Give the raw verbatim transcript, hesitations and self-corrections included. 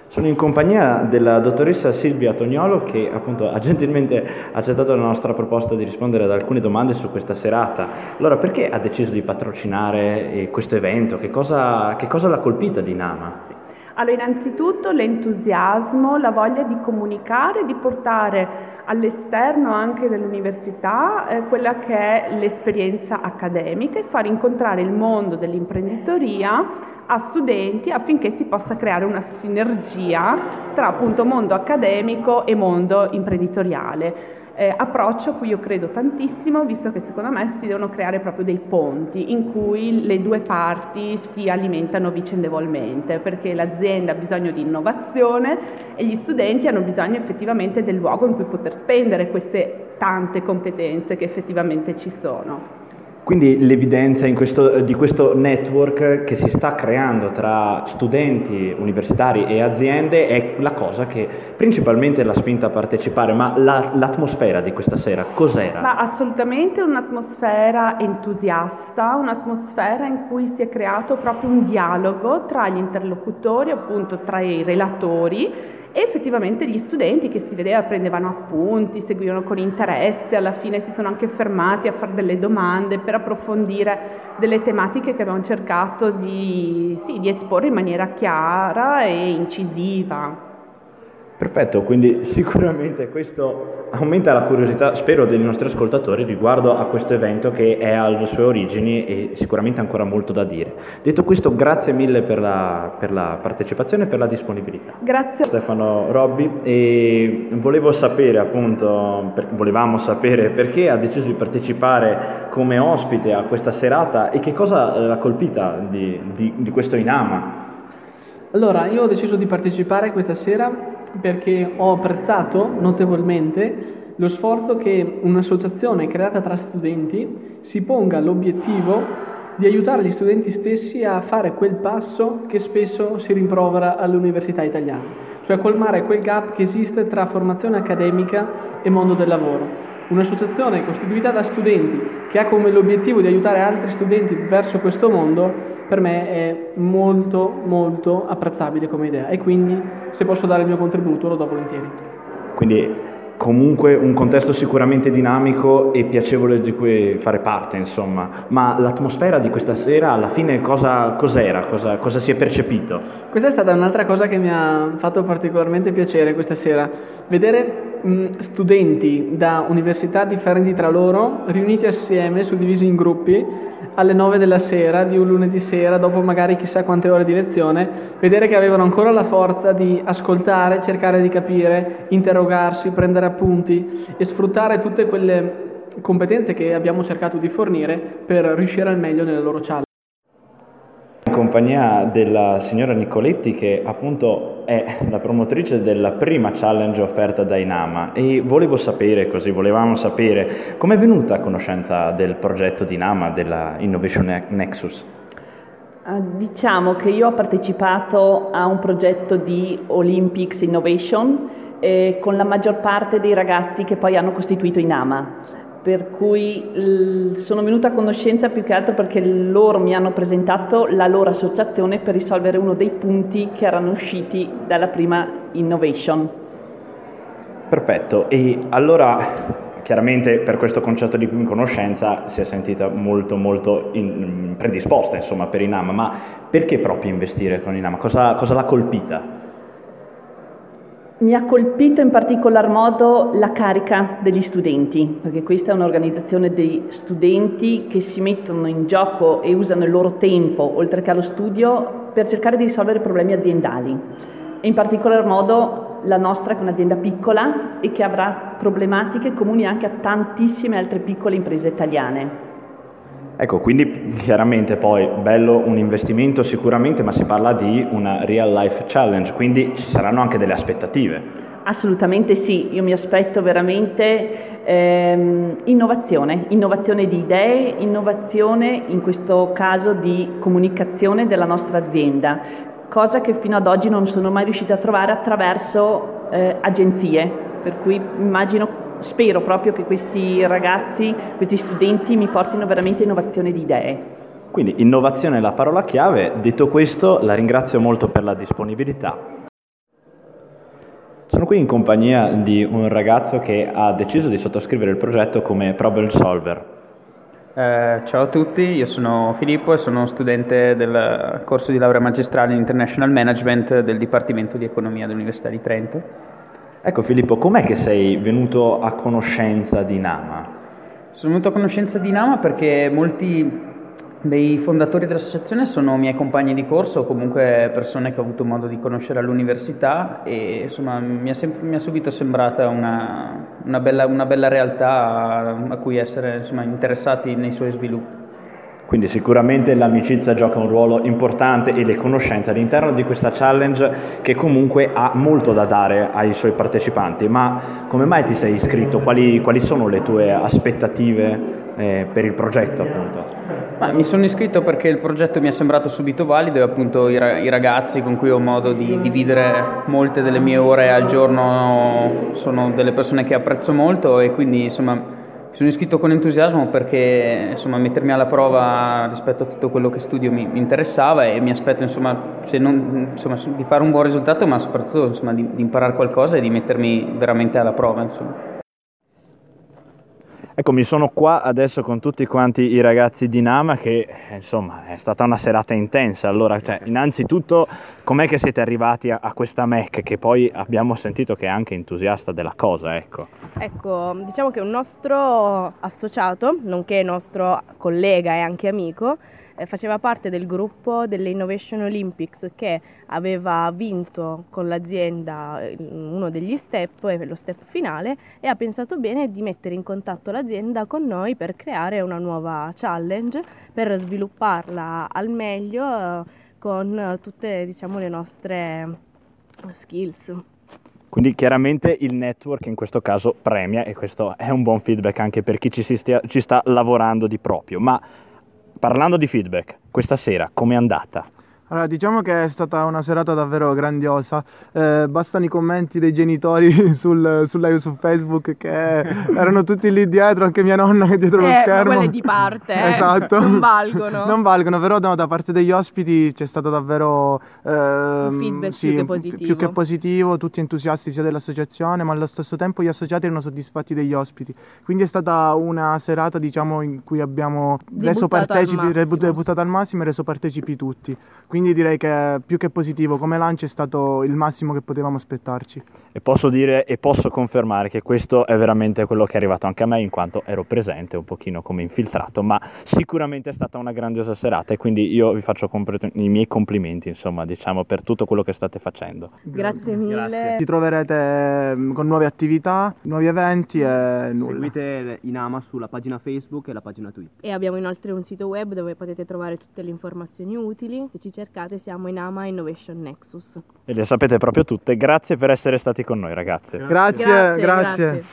Sono in compagnia della dottoressa Silvia Tognolo che appunto ha gentilmente accettato la nostra proposta di rispondere ad alcune domande su questa serata. Allora, perché ha deciso di patrocinare eh, questo evento? Che cosa, che cosa l'ha colpita di Inama? Allora, innanzitutto l'entusiasmo, la voglia di comunicare, di portare all'esterno anche dell'università eh, quella che è l'esperienza accademica e far incontrare il mondo dell'imprenditoria a studenti affinché si possa creare una sinergia tra appunto mondo accademico e mondo imprenditoriale. Eh, approccio a cui io credo tantissimo, visto che secondo me si devono creare proprio dei ponti in cui le due parti si alimentano vicendevolmente, perché l'azienda ha bisogno di innovazione e gli studenti hanno bisogno effettivamente del luogo in cui poter spendere queste tante competenze che effettivamente ci sono. Quindi l'evidenza in questo, di questo network che si sta creando tra studenti universitari e aziende è la cosa che principalmente l'ha spinta a partecipare, ma la, l'atmosfera di questa sera cos'era? Ma assolutamente un'atmosfera entusiasta, un'atmosfera in cui si è creato proprio un dialogo tra gli interlocutori, appunto tra i relatori e effettivamente gli studenti che si vedeva prendevano appunti, seguivano con interesse, alla fine si sono anche fermati a fare delle domande per approfondire delle tematiche che abbiamo cercato di, sì, di esporre in maniera chiara e incisiva. Perfetto, quindi sicuramente questo aumenta la curiosità, spero, dei nostri ascoltatori riguardo a questo evento che è alle sue origini e sicuramente ancora molto da dire. Detto questo, grazie mille per la, per la partecipazione e per la disponibilità. Grazie. Stefano Robbi, e volevo sapere appunto, per, volevamo sapere perché ha deciso di partecipare come ospite a questa serata e che cosa l'ha colpita di, di, di questo Inama. Allora, io ho deciso di partecipare questa sera perché ho apprezzato notevolmente lo sforzo che un'associazione creata tra studenti si ponga l'obiettivo di aiutare gli studenti stessi a fare quel passo che spesso si rimprovera alle università italiane, cioè colmare quel gap che esiste tra formazione accademica e mondo del lavoro. Un'associazione costituita da studenti che ha come l'obiettivo di aiutare altri studenti verso questo mondo per me è molto molto apprezzabile come idea e quindi se posso dare il mio contributo lo do volentieri. Quindi comunque un contesto sicuramente dinamico e piacevole di cui fare parte, insomma, ma l'atmosfera di questa sera alla fine cosa cos'era? Cosa, cosa si è percepito? Questa è stata un'altra cosa che mi ha fatto particolarmente piacere questa sera, vedere mh, studenti da università differenti tra loro riuniti assieme, suddivisi in gruppi alle nove della sera di un lunedì sera, dopo magari chissà quante ore di lezione, vedere che avevano ancora la forza di ascoltare, cercare di capire, interrogarsi, prendere appunti e sfruttare tutte quelle competenze che abbiamo cercato di fornire per riuscire al meglio nelle loro challenge. In compagnia della signora Nicoletti, che appunto è la promotrice della prima challenge offerta da Inama, e volevo sapere, così volevamo sapere, come è venuta a conoscenza del progetto di Inama, della Innovation Nexus? Uh, diciamo che io ho partecipato a un progetto di Olympics Innovation eh, con la maggior parte dei ragazzi che poi hanno costituito Inama. Per cui l- sono venuta a conoscenza più che altro perché loro mi hanno presentato la loro associazione per risolvere uno dei punti che erano usciti dalla prima Innovation. Perfetto, e allora chiaramente per questo concetto di conoscenza si è sentita molto molto in, predisposta insomma per Inama, ma perché proprio investire con Inama? Cosa, cosa l'ha colpita? Mi ha colpito in particolar modo la carica degli studenti, perché questa è un'organizzazione dei studenti che si mettono in gioco e usano il loro tempo, oltre che allo studio, per cercare di risolvere problemi aziendali. E in particolar modo la nostra, che è un'azienda piccola e che avrà problematiche comuni anche a tantissime altre piccole imprese italiane. Ecco, quindi chiaramente poi bello un investimento sicuramente, ma si parla di una real life challenge, quindi ci saranno anche delle aspettative. Assolutamente sì, io mi aspetto veramente ehm, innovazione, innovazione di idee, innovazione in questo caso di comunicazione della nostra azienda, cosa che fino ad oggi non sono mai riuscita a trovare attraverso eh, agenzie, per cui immagino spero proprio che questi ragazzi, questi studenti mi portino veramente innovazione di idee. Quindi innovazione è la parola chiave. Detto questo, la ringrazio molto per la disponibilità. Sono qui in compagnia di un ragazzo che ha deciso di sottoscrivere il progetto come problem solver. Eh, ciao a tutti, io sono Filippo e sono studente del corso di laurea magistrale in International Management del Dipartimento di Economia dell'Università di Trento. Ecco Filippo, com'è che sei venuto a conoscenza di Nama? Sono venuto a conoscenza di Nama perché molti dei fondatori dell'associazione sono miei compagni di corso o comunque persone che ho avuto modo di conoscere all'università e insomma mi è, sempre, mi è subito sembrata una, una, bella, una bella realtà a cui essere insomma, interessati nei suoi sviluppi. Quindi sicuramente l'amicizia gioca un ruolo importante e le conoscenze all'interno di questa challenge che comunque ha molto da dare ai suoi partecipanti. Ma come mai ti sei iscritto? Quali, quali sono le tue aspettative eh, per il progetto appunto? Ma mi sono iscritto perché il progetto mi è sembrato subito valido e appunto i, i ragazzi con cui ho modo di dividere molte delle mie ore al giorno sono delle persone che apprezzo molto e quindi insomma mi sono iscritto con entusiasmo perché insomma mettermi alla prova rispetto a tutto quello che studio mi, mi interessava e mi aspetto insomma, se non, insomma di fare un buon risultato ma soprattutto insomma di, di imparare qualcosa e di mettermi veramente alla prova insomma. Ecco, mi sono qua adesso con tutti quanti i ragazzi di Nama che insomma è stata una serata intensa. Allora, cioè, innanzitutto, com'è che siete arrivati a, a questa M E C che poi abbiamo sentito che è anche entusiasta della cosa, ecco? Ecco, diciamo che un nostro associato, nonché nostro collega e anche amico, eh, faceva parte del gruppo delle Innovation Olympics che aveva vinto con l'azienda uno degli step, lo step finale, e ha pensato bene di mettere in contatto l'azienda con noi per creare una nuova challenge, per svilupparla al meglio eh, con tutte, diciamo, le nostre skills. Quindi chiaramente il network in questo caso premia e questo è un buon feedback anche per chi ci, si stia, ci sta lavorando di proprio. Ma parlando di feedback, questa sera com'è andata? Allora, diciamo che è stata una serata davvero grandiosa, eh, bastano i commenti dei genitori sul, sul live su Facebook che erano tutti lì dietro, anche mia nonna che è dietro lo eh, schermo. Ma quelle di parte, eh. Esatto. Non valgono. Non valgono, però no, da parte degli ospiti c'è stato davvero eh, un feedback sì, più che positivo. più che positivo, tutti entusiasti sia dell'associazione, ma allo stesso tempo gli associati erano soddisfatti degli ospiti. Quindi è stata una serata, diciamo, in cui abbiamo reso partecipi, debuttato al massimo e reso partecipi tutti. Quindi direi che più che positivo come lancio è stato il massimo che potevamo aspettarci. E posso dire e posso confermare che questo è veramente quello che è arrivato anche a me, in quanto ero presente un pochino come infiltrato, ma sicuramente è stata una grandiosa serata e quindi io vi faccio compl- i miei complimenti, insomma, diciamo, per tutto quello che state facendo. Grazie mille. Grazie. Ci troverete con nuove attività, nuovi eventi e nulla. Seguite Inama sulla pagina Facebook e la pagina Twitter. E abbiamo inoltre un sito web dove potete trovare tutte le informazioni utili. Se ci cercate siamo Inama Innovation Nexus. E le sapete proprio tutte. Grazie per essere stati con noi, ragazzi. Grazie, grazie. grazie. grazie.